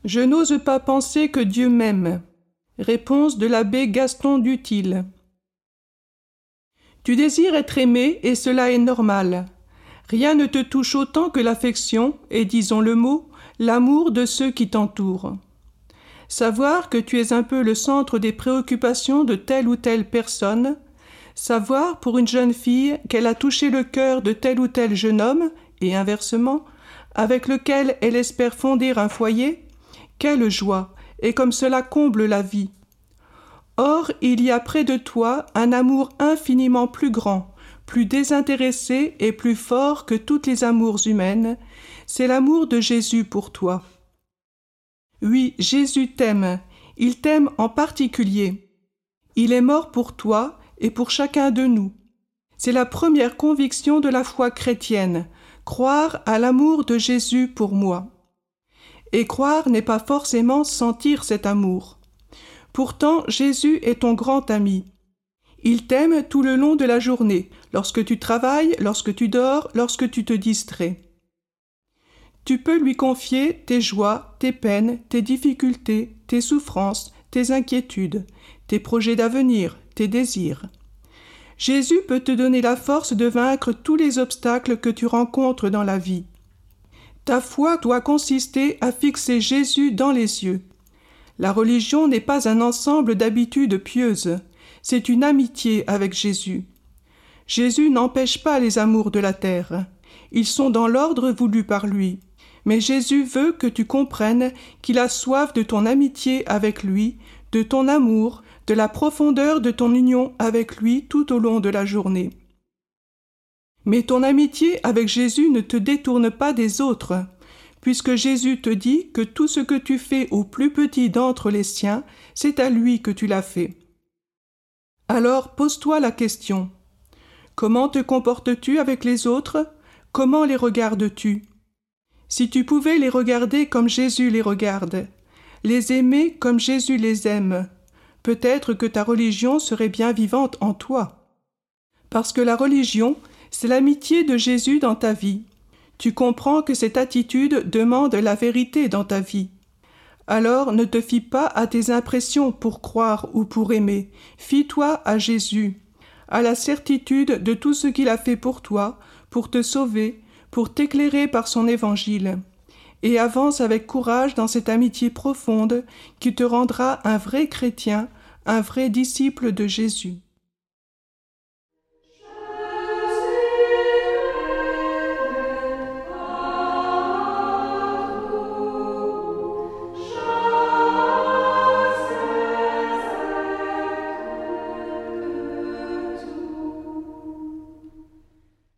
Je n'ose pas penser que Dieu m'aime. Réponse de l'abbé Gaston Duthil. Tu désires être aimé et cela est normal. Rien ne te touche autant que l'affection et, disons le mot, l'amour de ceux qui t'entourent. Savoir que tu es un peu le centre des préoccupations de telle ou telle personne, savoir pour une jeune fille qu'elle a touché le cœur de tel ou tel jeune homme, et inversement, avec lequel elle espère fonder un foyer, quelle joie, et comme cela comble la vie. Or, il y a près de toi un amour infiniment plus grand, plus désintéressé et plus fort que toutes les amours humaines, c'est l'amour de Jésus pour toi. Oui, Jésus t'aime, il t'aime en particulier. Il est mort pour toi et pour chacun de nous. C'est la première conviction de la foi chrétienne, croire à l'amour de Jésus pour moi. Et croire n'est pas forcément sentir cet amour. Pourtant, Jésus est ton grand ami. Il t'aime tout le long de la journée, lorsque tu travailles, lorsque tu dors, lorsque tu te distrais. Tu peux lui confier tes joies, tes peines, tes difficultés, tes souffrances, tes inquiétudes, tes projets d'avenir, tes désirs. Jésus peut te donner la force de vaincre tous les obstacles que tu rencontres dans la vie. Ta foi doit consister à fixer Jésus dans les yeux. La religion n'est pas un ensemble d'habitudes pieuses, c'est une amitié avec Jésus. Jésus n'empêche pas les amours de la terre. Ils sont dans l'ordre voulu par lui. Mais Jésus veut que tu comprennes qu'il a soif de ton amitié avec lui, de ton amour, de la profondeur de ton union avec lui tout au long de la journée. Mais ton amitié avec Jésus ne te détourne pas des autres, puisque Jésus te dit que tout ce que tu fais au plus petit d'entre les siens, c'est à lui que tu l'as fait. Alors pose-toi la question. Comment te comportes-tu avec les autres? Comment les regardes-tu? Si tu pouvais les regarder comme Jésus les regarde, les aimer comme Jésus les aime, peut-être que ta religion serait bien vivante en toi. Parce que la religion, c'est l'amitié de Jésus dans ta vie. Tu comprends que cette attitude demande la vérité dans ta vie. Alors ne te fie pas à tes impressions pour croire ou pour aimer. Fie-toi à Jésus, à la certitude de tout ce qu'il a fait pour toi, pour te sauver, pour t'éclairer par son évangile. Et avance avec courage dans cette amitié profonde qui te rendra un vrai chrétien, un vrai disciple de Jésus.